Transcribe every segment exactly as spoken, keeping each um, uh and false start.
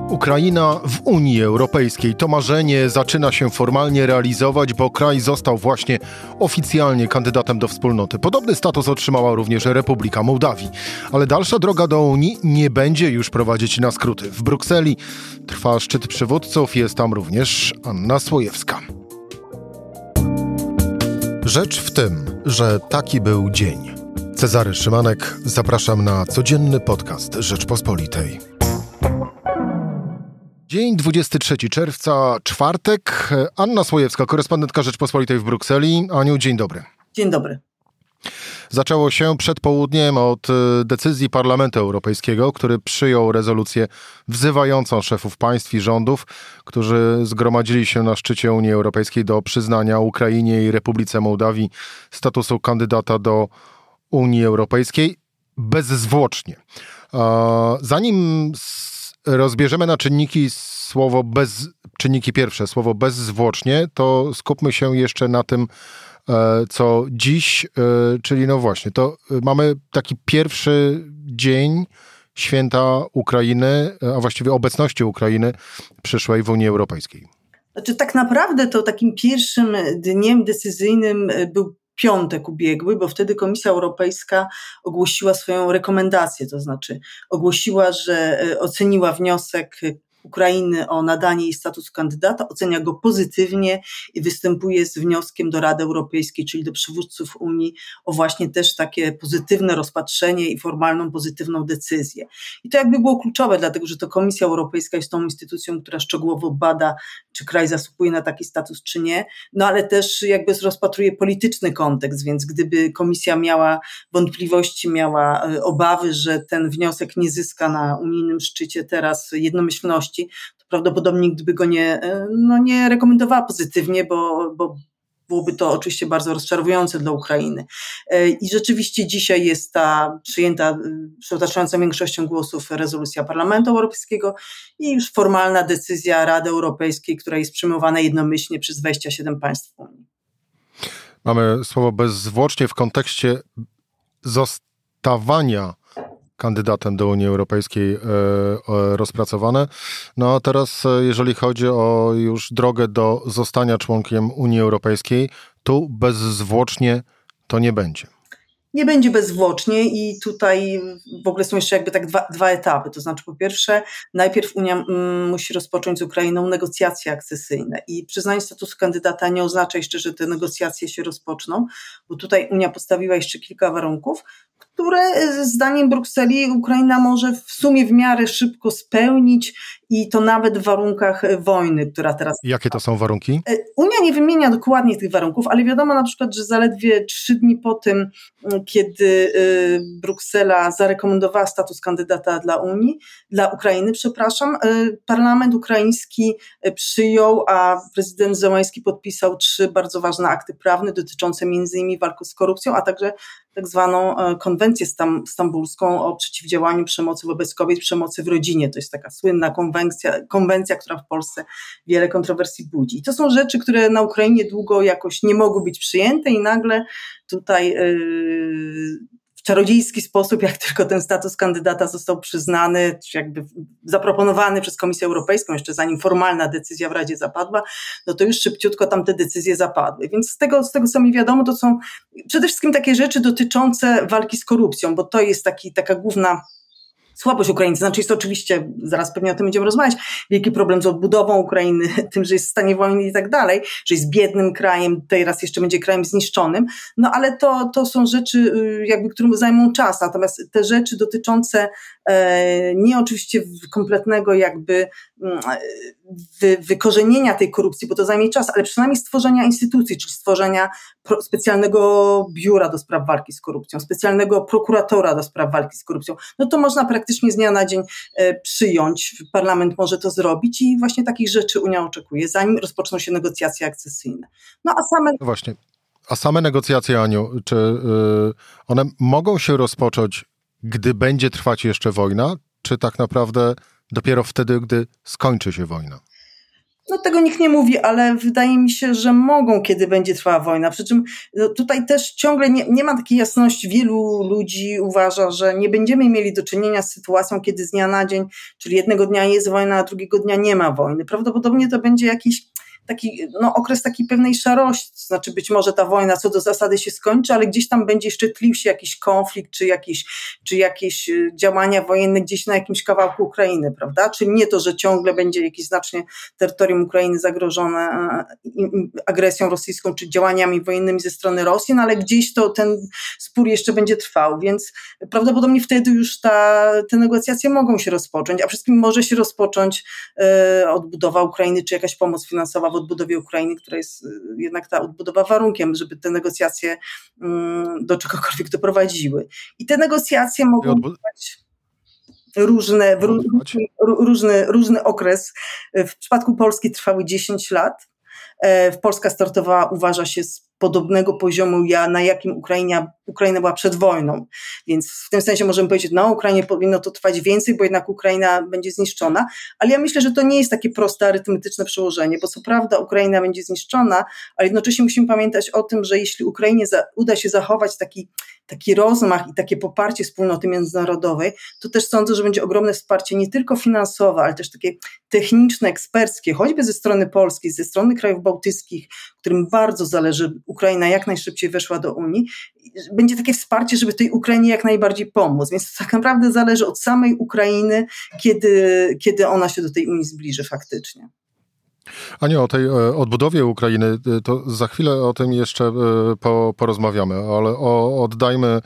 Ukraina w Unii Europejskiej. To marzenie zaczyna się formalnie realizować, bo kraj został właśnie oficjalnie kandydatem do wspólnoty. Podobny status otrzymała również Republika Mołdawii. Ale dalsza droga do Unii nie będzie już prowadzić na skróty. W Brukseli trwa szczyt przywódców, jest tam również Anna Słojewska. Rzecz w tym, że taki był dzień. Cezary Szymanek, zapraszam na codzienny podcast Rzeczpospolitej. Dzień dwudziestego trzeciego czerwca, czwartek. Anna Słojewska, korespondentka Rzeczpospolitej w Brukseli. Aniu, dzień dobry. Dzień dobry. Zaczęło się przed południem od decyzji Parlamentu Europejskiego, który przyjął rezolucję wzywającą szefów państw i rządów, którzy zgromadzili się na szczycie Unii Europejskiej do przyznania Ukrainie i Republice Mołdawii statusu kandydata do Unii Europejskiej bezzwłocznie. Zanim rozbierzemy na czynniki słowo bez, czynniki pierwsze, słowo bezzwłocznie, to skupmy się jeszcze na tym, co dziś, czyli no właśnie, to mamy taki pierwszy dzień święta Ukrainy, a właściwie obecności Ukrainy przyszłej w Unii Europejskiej. Znaczy tak naprawdę to takim pierwszym dniem decyzyjnym był piątek ubiegły, bo wtedy Komisja Europejska ogłosiła swoją rekomendację, to znaczy ogłosiła, że oceniła wniosek Ukrainy o nadanie jej statusu kandydata, ocenia go pozytywnie i występuje z wnioskiem do Rady Europejskiej, czyli do przywódców Unii, o właśnie też takie pozytywne rozpatrzenie i formalną pozytywną decyzję. I to jakby było kluczowe, dlatego że to Komisja Europejska jest tą instytucją, która szczegółowo bada, czy kraj zasługuje na taki status, czy nie, no ale też jakby rozpatruje polityczny kontekst, więc gdyby Komisja miała wątpliwości, miała obawy, że ten wniosek nie zyska na unijnym szczycie teraz jednomyślności, to prawdopodobnie nikt by go nie, no nie rekomendowała pozytywnie, bo, bo byłoby to oczywiście bardzo rozczarowujące dla Ukrainy. I rzeczywiście dzisiaj jest ta przyjęta przytłaczającą większością głosów rezolucja Parlamentu Europejskiego i już formalna decyzja Rady Europejskiej, która jest przyjmowana jednomyślnie przez dwadzieścia siedem państw Unii. Mamy słowo bezzwłocznie w kontekście zostawania kandydatem do Unii Europejskiej e, e, rozpracowane. No a teraz, jeżeli chodzi o już drogę do zostania członkiem Unii Europejskiej, tu bezzwłocznie to nie będzie. Nie będzie bezzwłocznie i tutaj w ogóle są jeszcze jakby tak dwa, dwa etapy. To znaczy po pierwsze, najpierw Unia mm, musi rozpocząć z Ukrainą negocjacje akcesyjne i przyznanie statusu kandydata nie oznacza jeszcze, że te negocjacje się rozpoczną, bo tutaj Unia postawiła jeszcze kilka warunków, które zdaniem Brukseli Ukraina może w sumie w miarę szybko spełnić i to nawet w warunkach wojny, która teraz... Jakie to są warunki? Unia nie wymienia dokładnie tych warunków, ale wiadomo na przykład, że zaledwie trzy dni po tym, kiedy Bruksela zarekomendowała status kandydata dla Unii, dla Ukrainy, przepraszam, parlament ukraiński przyjął, a prezydent Zełański podpisał trzy bardzo ważne akty prawne dotyczące między innymi walki z korupcją, a także tak zwaną konwencję stambulską o przeciwdziałaniu przemocy wobec kobiet, przemocy w rodzinie. To jest taka słynna konwencja, konwencja, która w Polsce wiele kontrowersji budzi. I to są rzeczy, które na Ukrainie długo jakoś nie mogły być przyjęte i nagle tutaj yy, w czarodziejski sposób, jak tylko ten status kandydata został przyznany, czy jakby zaproponowany przez Komisję Europejską, jeszcze zanim formalna decyzja w Radzie zapadła, no to już szybciutko tam te decyzje zapadły. Więc z tego, z tego co mi wiadomo, to są przede wszystkim takie rzeczy dotyczące walki z korupcją, bo to jest taki, taka główna słabość Ukrainy. Znaczy jest to oczywiście, zaraz pewnie o tym będziemy rozmawiać, wielki problem z odbudową Ukrainy, tym, że jest w stanie wojny i tak dalej, że jest biednym krajem, teraz jeszcze będzie krajem zniszczonym, no ale to, to są rzeczy, jakby, które zajmą czas, natomiast te rzeczy dotyczące e, nie oczywiście kompletnego jakby wy, wykorzenienia tej korupcji, bo to zajmie czas, ale przynajmniej stworzenia instytucji, czyli stworzenia pro, specjalnego biura do spraw walki z korupcją, specjalnego prokuratora do spraw walki z korupcją, no to można praktycznie z dnia na dzień e, przyjąć. Parlament może to zrobić i właśnie takich rzeczy Unia oczekuje, zanim rozpoczną się negocjacje akcesyjne. No a same... No właśnie, a same negocjacje, Aniu, czy yy, one mogą się rozpocząć, gdy będzie trwać jeszcze wojna, czy tak naprawdę dopiero wtedy, gdy skończy się wojna? No tego nikt nie mówi, ale wydaje mi się, że mogą, kiedy będzie trwała wojna. Przy czym no, tutaj też ciągle nie, nie ma takiej jasności. Wielu ludzi uważa, że nie będziemy mieli do czynienia z sytuacją, kiedy z dnia na dzień, czyli jednego dnia jest wojna, a drugiego dnia nie ma wojny. Prawdopodobnie to będzie jakiś taki no, okres takiej pewnej szarości, to znaczy być może ta wojna co do zasady się skończy, ale gdzieś tam będzie jeszcze tlił się jakiś konflikt, czy jakieś, czy jakieś działania wojenne gdzieś na jakimś kawałku Ukrainy, prawda? Czyli nie to, że ciągle będzie jakieś znacznie terytorium Ukrainy zagrożone agresją rosyjską, czy działaniami wojennymi ze strony Rosji, no ale gdzieś to ten spór jeszcze będzie trwał, więc prawdopodobnie wtedy już ta, te negocjacje mogą się rozpocząć, a wszystkim może się rozpocząć e, odbudowa Ukrainy, czy jakaś pomoc finansowa w odbudowie Ukrainy, która jest jednak ta odbudowa warunkiem, żeby te negocjacje do czegokolwiek doprowadziły. I te negocjacje mogą trwać różne, w różny, różny, różny okres. W przypadku Polski trwały dziesięć lat. Polska startowała, uważa się, z podobnego poziomu, na jakim Ukraina, Ukraina była przed wojną. Więc w tym sensie możemy powiedzieć, no Ukrainie powinno to trwać więcej, bo jednak Ukraina będzie zniszczona, ale ja myślę, że to nie jest takie proste arytmetyczne przełożenie, bo co prawda Ukraina będzie zniszczona, ale jednocześnie musimy pamiętać o tym, że jeśli Ukrainie za, uda się zachować taki, taki rozmach i takie poparcie wspólnoty międzynarodowej, to też sądzę, że będzie ogromne wsparcie nie tylko finansowe, ale też takie techniczne, eksperckie, choćby ze strony Polski, ze strony krajów bałtyckich, którym bardzo zależy, Ukraina jak najszybciej weszła do Unii, będzie takie wsparcie, żeby tej Ukrainie jak najbardziej pomóc. Więc to tak naprawdę zależy od samej Ukrainy, kiedy, kiedy ona się do tej Unii zbliży faktycznie. Aniu, o tej odbudowie Ukrainy, to za chwilę o tym jeszcze po, porozmawiamy, ale o, oddajmy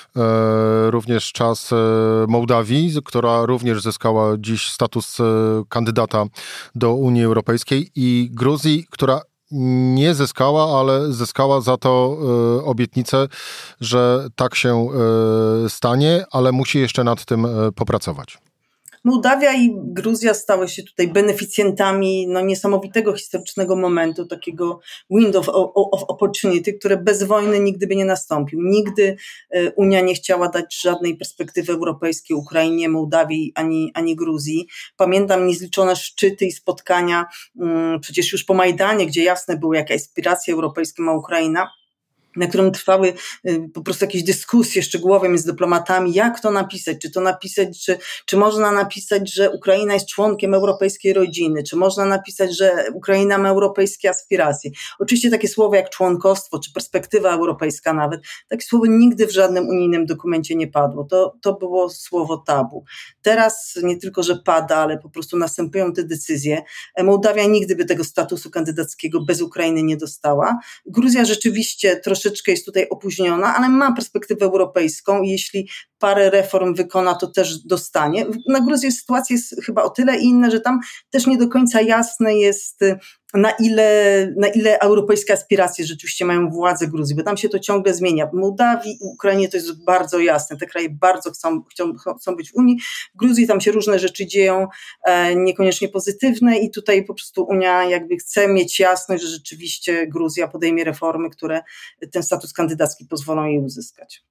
również czas Mołdawii, która również zyskała dziś status kandydata do Unii Europejskiej, i Gruzji, która nie zyskała, ale zyskała za to y, obietnicę, że tak się y, stanie, ale musi jeszcze nad tym y, popracować. Mołdawia i Gruzja stały się tutaj beneficjentami no, niesamowitego historycznego momentu, takiego window of, of opportunity, które bez wojny nigdy by nie nastąpił. Nigdy Unia nie chciała dać żadnej perspektywy europejskiej Ukrainie, Mołdawii ani, ani Gruzji. Pamiętam niezliczone szczyty i spotkania, um, przecież już po Majdanie, gdzie jasne było, jakie aspiracje europejskie ma Ukraina, na którym trwały po prostu jakieś dyskusje szczegółowe między dyplomatami, jak to napisać, czy to napisać, czy, czy można napisać, że Ukraina jest członkiem europejskiej rodziny, czy można napisać, że Ukraina ma europejskie aspiracje. Oczywiście takie słowa jak członkostwo, czy perspektywa europejska nawet, takie słowo nigdy w żadnym unijnym dokumencie nie padło. To, to było słowo tabu. Teraz nie tylko, że pada, ale po prostu następują te decyzje. Mołdawia nigdy by tego statusu kandydackiego bez Ukrainy nie dostała. Gruzja rzeczywiście troszkę Troszeczkę jest tutaj opóźniona, ale ma perspektywę europejską i jeśli parę reform wykona, to też dostanie. Na Gruzji sytuacja jest chyba o tyle inna, że tam też nie do końca jasne jest, na ile, na ile europejskie aspiracje rzeczywiście mają władze Gruzji, bo tam się to ciągle zmienia. W Mołdawii i Ukrainie to jest bardzo jasne. Te kraje bardzo chcą, chcą, chcą być w Unii. W Gruzji tam się różne rzeczy dzieją, e, niekoniecznie pozytywne, i tutaj po prostu Unia jakby chce mieć jasność, że rzeczywiście Gruzja podejmie reformy, które ten status kandydacki pozwolą jej uzyskać.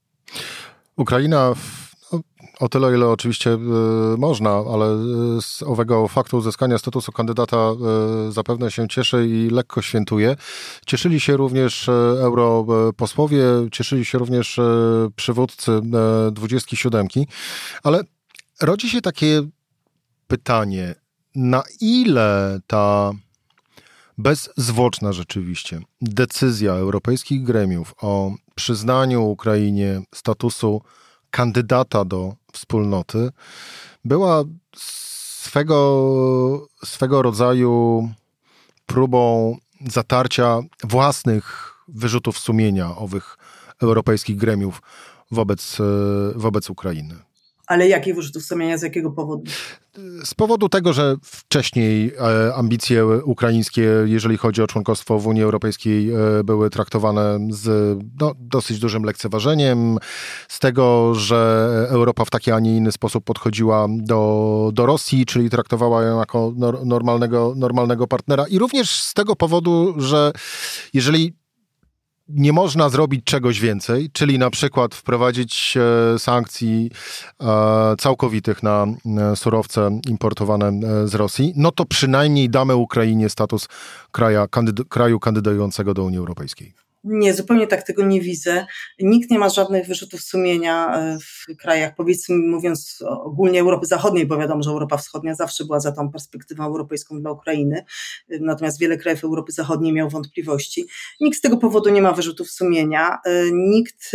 Ukraina, no, o tyle, ile oczywiście y, można, ale z owego faktu uzyskania statusu kandydata y, zapewne się cieszy i lekko świętuje. Cieszyli się również europosłowie, cieszyli się również y, przywódcy y, dwudziestki siódemki, ale rodzi się takie pytanie, na ile ta bezzwłoczna rzeczywiście decyzja europejskich gremiów o przyznaniu Ukrainie statusu kandydata do wspólnoty była swego, swego rodzaju próbą zatarcia własnych wyrzutów sumienia owych europejskich gremiów wobec, wobec Ukrainy. Ale jakich wyrzutów sumienia, z jakiego powodu? Z powodu tego, że wcześniej ambicje ukraińskie, jeżeli chodzi o członkostwo w Unii Europejskiej, były traktowane z no, dosyć dużym lekceważeniem, z tego, że Europa w taki, a nie inny sposób podchodziła do, do Rosji, czyli traktowała ją jako normalnego, normalnego partnera, i również z tego powodu, że jeżeli nie można zrobić czegoś więcej, czyli na przykład wprowadzić e, sankcji e, całkowitych na e, surowce importowane e, z Rosji, no to przynajmniej damy Ukrainie status kraja, kandyd- kraju kandydującego do Unii Europejskiej. Nie, zupełnie tak tego nie widzę. Nikt nie ma żadnych wyrzutów sumienia w krajach, powiedzmy, mówiąc ogólnie Europy Zachodniej, bo wiadomo, że Europa Wschodnia zawsze była za tą perspektywą europejską dla Ukrainy, natomiast wiele krajów Europy Zachodniej miało wątpliwości. Nikt z tego powodu nie ma wyrzutów sumienia. Nikt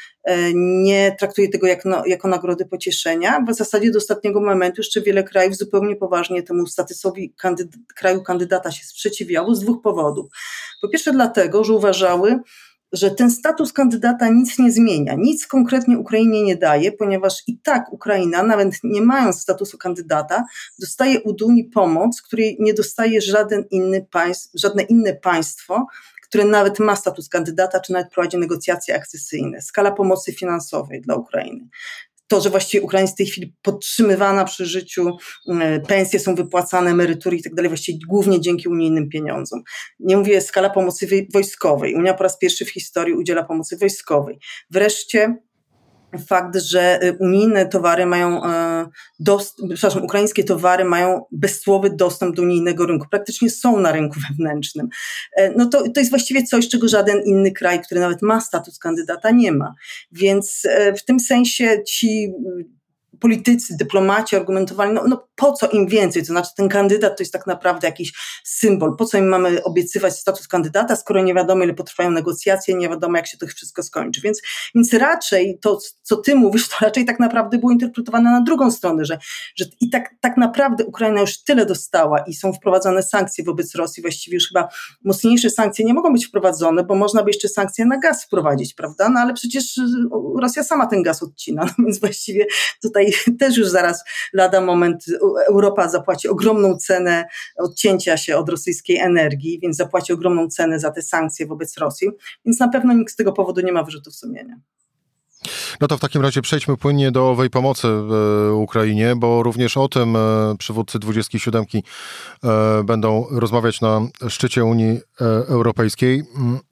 nie traktuje tego jak no, jako nagrody pocieszenia. W zasadzie do ostatniego momentu jeszcze wiele krajów zupełnie poważnie temu statusowi kandyd- kraju kandydata się sprzeciwiało z dwóch powodów. Po pierwsze dlatego, że uważały, że ten status kandydata nic nie zmienia, nic konkretnie Ukrainie nie daje, ponieważ i tak Ukraina, nawet nie mając statusu kandydata, dostaje od Unii pomoc, której nie dostaje żaden inny państw, żadne inne państwo, które nawet ma status kandydata, czy nawet prowadzi negocjacje akcesyjne. Skala pomocy finansowej dla Ukrainy. To, że właściwie Ukraina jest w tej chwili podtrzymywana przy życiu, pensje są wypłacane, emerytury i tak dalej, właściwie głównie dzięki unijnym pieniądzom. Nie mówię skala pomocy wojskowej. Unia po raz pierwszy w historii udziela pomocy wojskowej. Wreszcie fakt, że unijne towary mają, dost, przepraszam, ukraińskie towary mają bezcłowy dostęp do unijnego rynku. Praktycznie są na rynku wewnętrznym. No to, to jest właściwie coś, czego żaden inny kraj, który nawet ma status kandydata, nie ma. Więc w tym sensie ci politycy, dyplomaci argumentowali, no, no po co im więcej, to znaczy ten kandydat to jest tak naprawdę jakiś symbol, po co im mamy obiecywać status kandydata, skoro nie wiadomo ile potrwają negocjacje, nie wiadomo jak się to wszystko skończy, więc, więc raczej to, co ty mówisz, to raczej tak naprawdę było interpretowane na drugą stronę, że, że i tak, tak naprawdę Ukraina już tyle dostała i są wprowadzane sankcje wobec Rosji, właściwie już chyba mocniejsze sankcje nie mogą być wprowadzone, bo można by jeszcze sankcje na gaz wprowadzić, prawda, no ale przecież Rosja sama ten gaz odcina, no więc właściwie tutaj też już zaraz lada moment Europa zapłaci ogromną cenę odcięcia się od rosyjskiej energii, więc zapłaci ogromną cenę za te sankcje wobec Rosji, więc na pewno nikt z tego powodu nie ma wyrzutów sumienia. No to w takim razie przejdźmy płynnie do owej pomocy e, Ukrainie, bo również o tym e, przywódcy dwudziestki siódemki e, będą rozmawiać na szczycie Unii e, Europejskiej.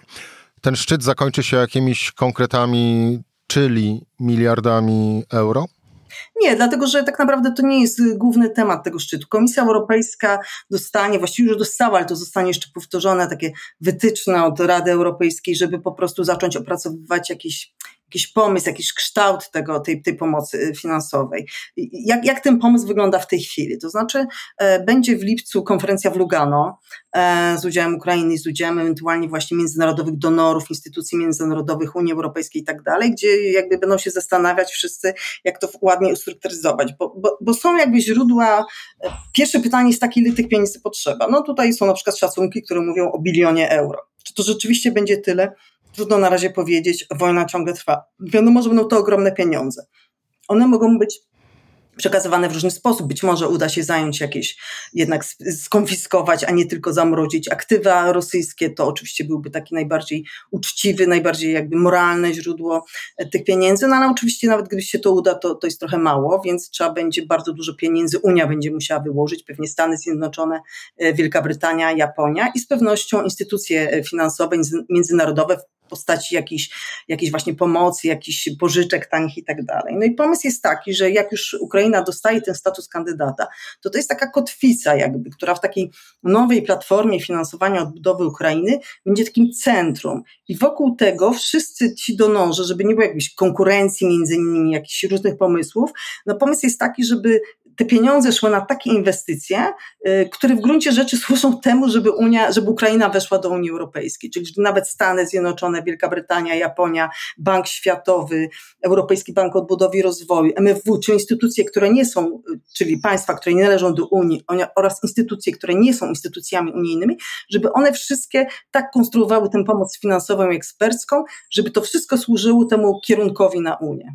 Ten szczyt zakończy się jakimiś konkretami, czyli miliardami euro? Nie, dlatego że tak naprawdę to nie jest główny temat tego szczytu. Komisja Europejska dostanie, właściwie już dostała, ale to zostanie jeszcze powtórzone, takie wytyczne od Rady Europejskiej, żeby po prostu zacząć opracowywać jakiś jakiś pomysł, jakiś kształt tego, tej, tej pomocy finansowej. Jak, jak ten pomysł wygląda w tej chwili? To znaczy e, będzie w lipcu konferencja w Lugano e, z udziałem Ukrainy i z udziałem ewentualnie właśnie międzynarodowych donorów, instytucji międzynarodowych, Unii Europejskiej i tak dalej, gdzie jakby będą się zastanawiać wszyscy, jak to ładnie ustrukturyzować, bo, bo, bo są jakby źródła. E, pierwsze pytanie jest takie, ile tych pieniędzy potrzeba? No tutaj są na przykład szacunki, które mówią o bilionie euro. Czy to rzeczywiście będzie tyle? Trudno na razie powiedzieć, wojna ciągle trwa. Wiadomo, że będą to ogromne pieniądze. One mogą być przekazywane w różny sposób. Być może uda się zająć jakieś, jednak skonfiskować, a nie tylko zamrozić aktywa rosyjskie. To oczywiście byłby taki najbardziej uczciwy, najbardziej jakby moralne źródło tych pieniędzy. No ale oczywiście nawet gdyby się to uda, to, to jest trochę mało, więc trzeba będzie bardzo dużo pieniędzy. Unia będzie musiała wyłożyć, pewnie Stany Zjednoczone, Wielka Brytania, Japonia i z pewnością instytucje finansowe, międzynarodowe w postaci jakiejś, jakiejś właśnie pomocy, jakichś pożyczek tanich i tak dalej. No i pomysł jest taki, że jak już Ukraina dostaje ten status kandydata, to to jest taka kotwica jakby, która w takiej nowej platformie finansowania odbudowy Ukrainy będzie takim centrum. I wokół tego wszyscy ci donorzy, żeby nie było jakiejś konkurencji między nimi, jakichś różnych pomysłów, no pomysł jest taki, żeby te pieniądze szły na takie inwestycje, y, które w gruncie rzeczy służą temu, żeby Unia, żeby Ukraina weszła do Unii Europejskiej, czyli nawet Stany Zjednoczone, Wielka Brytania, Japonia, Bank Światowy, Europejski Bank Odbudowy i Rozwoju, M F W, czy instytucje, które nie są, czyli państwa, które nie należą do Unii oraz instytucje, które nie są instytucjami unijnymi, żeby one wszystkie tak konstruowały tę pomoc finansową i ekspercką, żeby to wszystko służyło temu kierunkowi na Unię.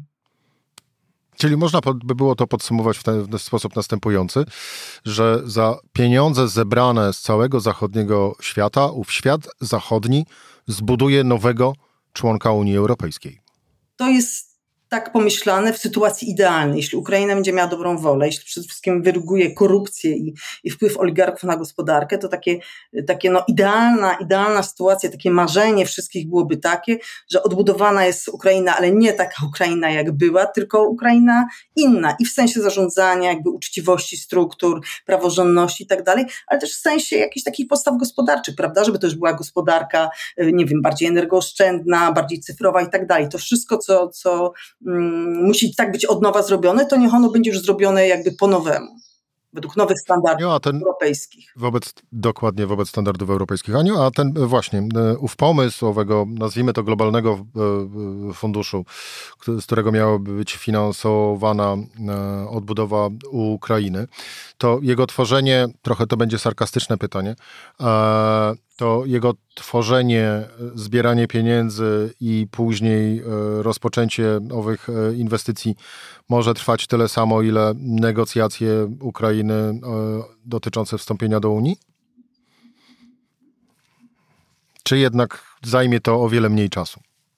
Czyli można by było to podsumować w ten w sposób następujący, że za pieniądze zebrane z całego zachodniego świata, ów świat zachodni zbuduje nowego członka Unii Europejskiej. To jest tak pomyślane w sytuacji idealnej. Jeśli Ukraina będzie miała dobrą wolę, jeśli przede wszystkim wyruguje korupcję i, i wpływ oligarchów na gospodarkę, to takie, takie no idealna, idealna sytuacja, takie marzenie wszystkich byłoby takie, że odbudowana jest Ukraina, ale nie taka Ukraina jak była, tylko Ukraina inna i w sensie zarządzania, jakby uczciwości struktur, praworządności i tak dalej, ale też w sensie jakichś takich podstaw gospodarczych, prawda, żeby to już była gospodarka, nie wiem, bardziej energooszczędna, bardziej cyfrowa i tak dalej. To wszystko, co, co um, musi tak być od nowa zrobione, to niech ono będzie już zrobione jakby po nowemu. Według nowych standardów ja, ten, europejskich. Wobec, dokładnie wobec standardów europejskich. Aniu, a ten właśnie, ów pomysł owego, nazwijmy to globalnego funduszu, z którego miałaby być finansowana odbudowa Ukrainy, to jego tworzenie, trochę to będzie sarkastyczne pytanie, to jego tworzenie, zbieranie pieniędzy i później rozpoczęcie owych inwestycji może trwać tyle samo, ile negocjacje Ukrainy dotyczące wstąpienia do Unii? Czy jednak zajmie to o wiele mniej czasu?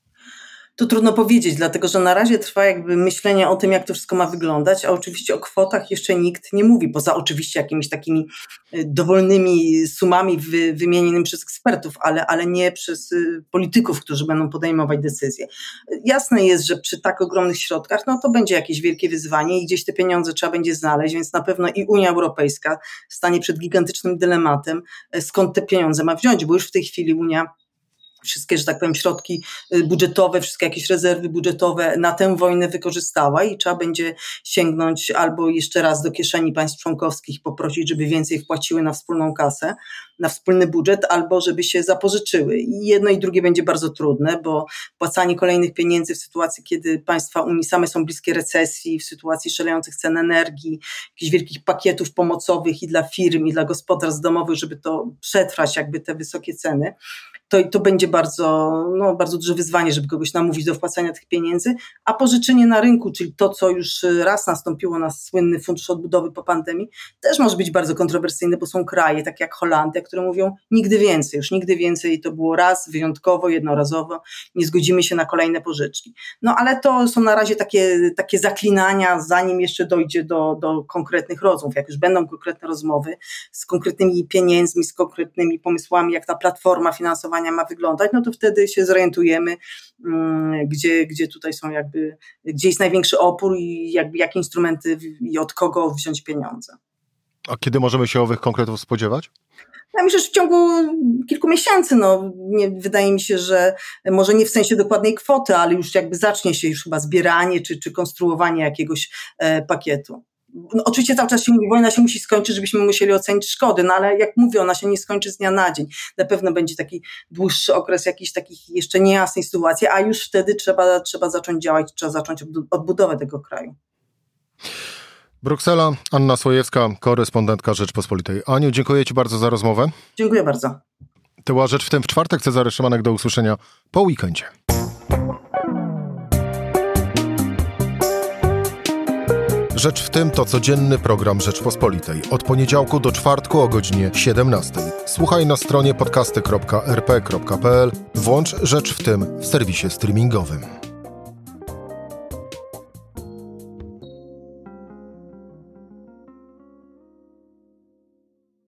To trudno powiedzieć, dlatego że na razie trwa jakby myślenie o tym, jak to wszystko ma wyglądać, a oczywiście o kwotach jeszcze nikt nie mówi, poza oczywiście jakimiś takimi dowolnymi sumami wy, wymienionymi przez ekspertów, ale, ale nie przez polityków, którzy będą podejmować decyzje. Jasne jest, że przy tak ogromnych środkach, no to będzie jakieś wielkie wyzwanie i gdzieś te pieniądze trzeba będzie znaleźć, więc na pewno i Unia Europejska stanie przed gigantycznym dylematem, skąd te pieniądze ma wziąć, bo już w tej chwili Unia wszystkie, że tak powiem, środki budżetowe, wszystkie jakieś rezerwy budżetowe na tę wojnę wykorzystała i trzeba będzie sięgnąć albo jeszcze raz do kieszeni państw członkowskich, poprosić, żeby więcej wpłaciły na wspólną kasę, na wspólny budżet, albo żeby się zapożyczyły. I jedno i drugie będzie bardzo trudne, bo płacanie kolejnych pieniędzy w sytuacji, kiedy państwa Unii same są bliskie recesji, w sytuacji szalejących cen energii, jakichś wielkich pakietów pomocowych i dla firm, i dla gospodarstw domowych, żeby to przetrwać jakby te wysokie ceny, to, to będzie bardzo, no, bardzo duże wyzwanie, żeby kogoś namówić do wpłacania tych pieniędzy, a pożyczenie na rynku, czyli to, co już raz nastąpiło na słynny fundusz odbudowy po pandemii, też może być bardzo kontrowersyjne, bo są kraje, takie jak Holandia, które mówią nigdy więcej, już nigdy więcej, to było raz, wyjątkowo, jednorazowo, nie zgodzimy się na kolejne pożyczki. No ale to są na razie takie, takie zaklinania, zanim jeszcze dojdzie do, do konkretnych rozmów. Jak już będą konkretne rozmowy z konkretnymi pieniędzmi, z konkretnymi pomysłami, jak ta platforma finansowa ma wyglądać, no to wtedy się zorientujemy, gdzie, gdzie tutaj są jakby, gdzie jest największy opór i jakby jakie instrumenty i od kogo wziąć pieniądze. A kiedy możemy się owych konkretów spodziewać? Ja myślę, że w ciągu kilku miesięcy, no nie, wydaje mi się, że może nie w sensie dokładnej kwoty, ale już jakby zacznie się już chyba zbieranie czy, czy konstruowanie jakiegoś e, pakietu. No, oczywiście cały czas się mówi, wojna się musi skończyć, żebyśmy musieli ocenić szkody, no ale jak mówię, ona się nie skończy z dnia na dzień. Na pewno będzie taki dłuższy okres jakichś takich jeszcze niejasnej sytuacji, a już wtedy trzeba, trzeba zacząć działać, trzeba zacząć odbudowę tego kraju. Bruksela, Anna Słojewska, korespondentka Rzeczpospolitej. Aniu, dziękuję Ci bardzo za rozmowę. Dziękuję bardzo. To była Rzecz w tym w czwartek. Cezary Szymanek, do usłyszenia po weekendzie. Rzecz w tym to codzienny program Rzeczpospolitej. Od poniedziałku do czwartku o godzinie siedemnastej. Słuchaj na stronie podcasty kropka er pe kropka pe el. Włącz Rzecz w tym w serwisie streamingowym.